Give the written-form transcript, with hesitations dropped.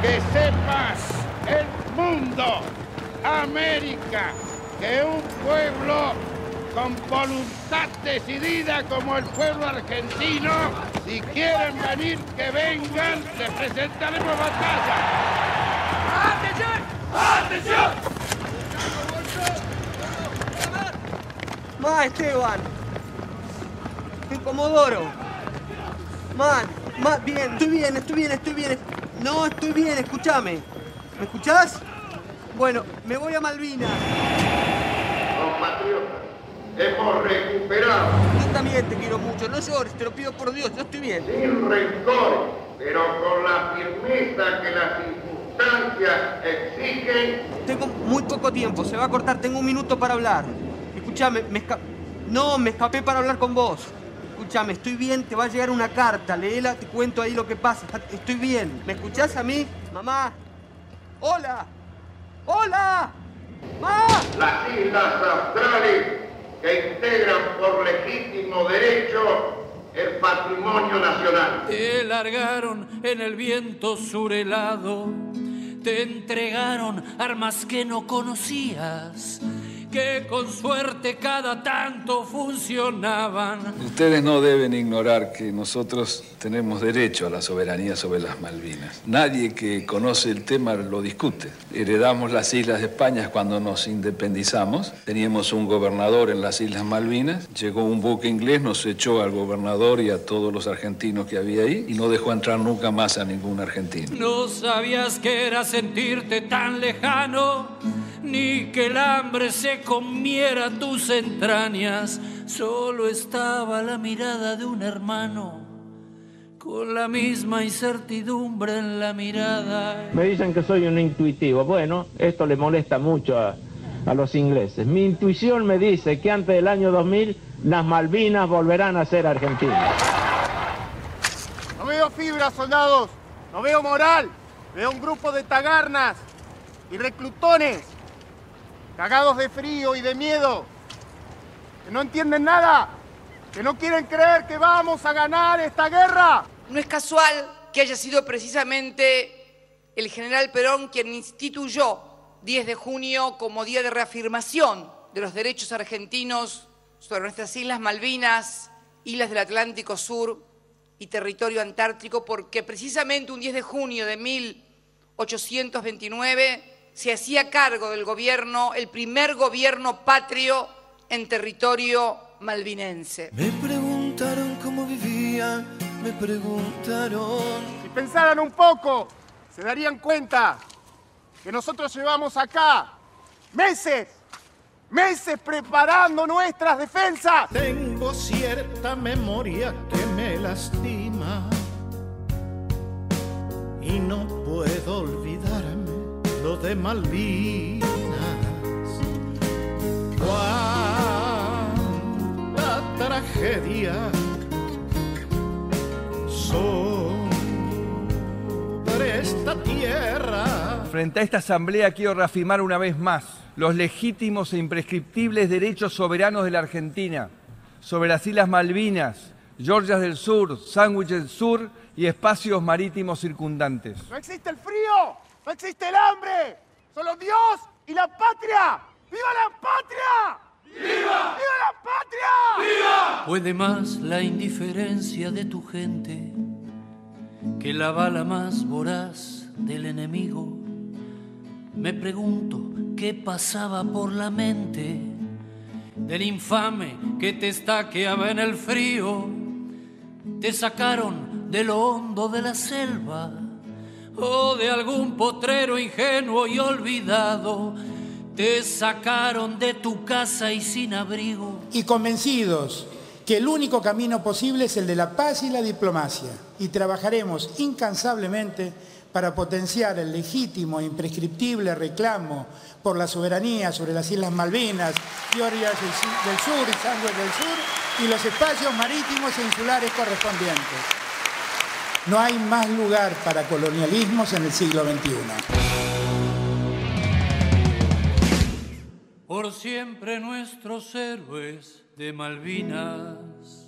Que sepas el mundo, América, que un pueblo con voluntad decidida como el pueblo argentino, si quieren venir, que vengan, les presentaremos batalla. ¡Atención! ¡Atención! Más, Esteban. En Comodoro. Más, bien, estoy bien. No, estoy bien, escúchame. ¿Me escuchás? Bueno, me voy a Malvinas. Compatriotas, hemos recuperado. Yo también te quiero mucho, no llores, te lo pido por Dios, yo estoy bien. Sin rencor, pero con la firmeza que las circunstancias exigen. Tengo muy poco tiempo, se va a cortar, tengo un minuto para hablar. Escúchame, me escapé para hablar con vos. Escúchame, estoy bien, te va a llegar una carta, léela, te cuento ahí lo que pasa. Estoy bien. ¿Me escuchás a mí? Mamá. ¡Hola! ¡Hola! ¡Ma! Las islas australes que integran por legítimo derecho el patrimonio nacional. Te largaron en el viento surhelado, te entregaron armas que no conocías, que con suerte cada tanto funcionaban. Ustedes no deben ignorar que nosotros tenemos derecho a la soberanía sobre las Malvinas. Nadie que conoce el tema lo discute. Heredamos las islas de España cuando nos independizamos. Teníamos un gobernador en las Islas Malvinas. Llegó un buque inglés, nos echó al gobernador y a todos los argentinos que había ahí y no dejó entrar nunca más a ningún argentino. No sabías que era sentirte tan lejano, ni que el hambre se comiera tus entrañas. Solo estaba la mirada de un hermano, con la misma incertidumbre en la mirada. Me dicen que soy un intuitivo. Bueno, esto le molesta mucho a los ingleses. Mi intuición me dice que antes del año 2000 las Malvinas volverán a ser argentinas. No veo fibra, soldados. No veo moral. Veo un grupo de tagarnas y reclutones cagados de frío y de miedo, que no entienden nada, que no quieren creer que vamos a ganar esta guerra. No es casual que haya sido precisamente el general Perón quien instituyó 10 de junio como día de reafirmación de los derechos argentinos sobre nuestras Islas Malvinas, islas del Atlántico Sur y territorio antártico, porque precisamente un 10 de junio de 1829 se hacía cargo del gobierno, el primer gobierno patrio en territorio malvinense. Me preguntaron cómo vivía, me preguntaron. Si pensaran un poco, se darían cuenta que nosotros llevamos acá meses preparando nuestras defensas. Tengo cierta memoria que me lastima y no puedo olvidarme lo de Malvinas. Cuánta tragedia sobre esta tierra. Frente a esta asamblea quiero reafirmar una vez más los legítimos e imprescriptibles derechos soberanos de la Argentina sobre las Islas Malvinas, Georgias del Sur, Sandwich del Sur y espacios marítimos circundantes. No existe el frío, no existe el hambre, solo Dios y la patria. ¡Viva la patria! ¡Viva! ¡Viva la patria! ¡Viva! Puede más la indiferencia de tu gente que la bala más voraz del enemigo. Me pregunto qué pasaba por la mente del infame que te estaqueaba en el frío. Te sacaron de lo hondo de la selva o de algún potrero ingenuo y olvidado. Te sacaron de tu casa y sin abrigo. Y convencidos que el único camino posible es el de la paz y la diplomacia. Y trabajaremos incansablemente para potenciar el legítimo e imprescriptible reclamo por la soberanía sobre las Islas Malvinas, Georgias del Sur y Sandwich del Sur y los espacios marítimos e insulares correspondientes. No hay más lugar para colonialismos en el siglo XXI. Por siempre nuestros héroes de Malvinas.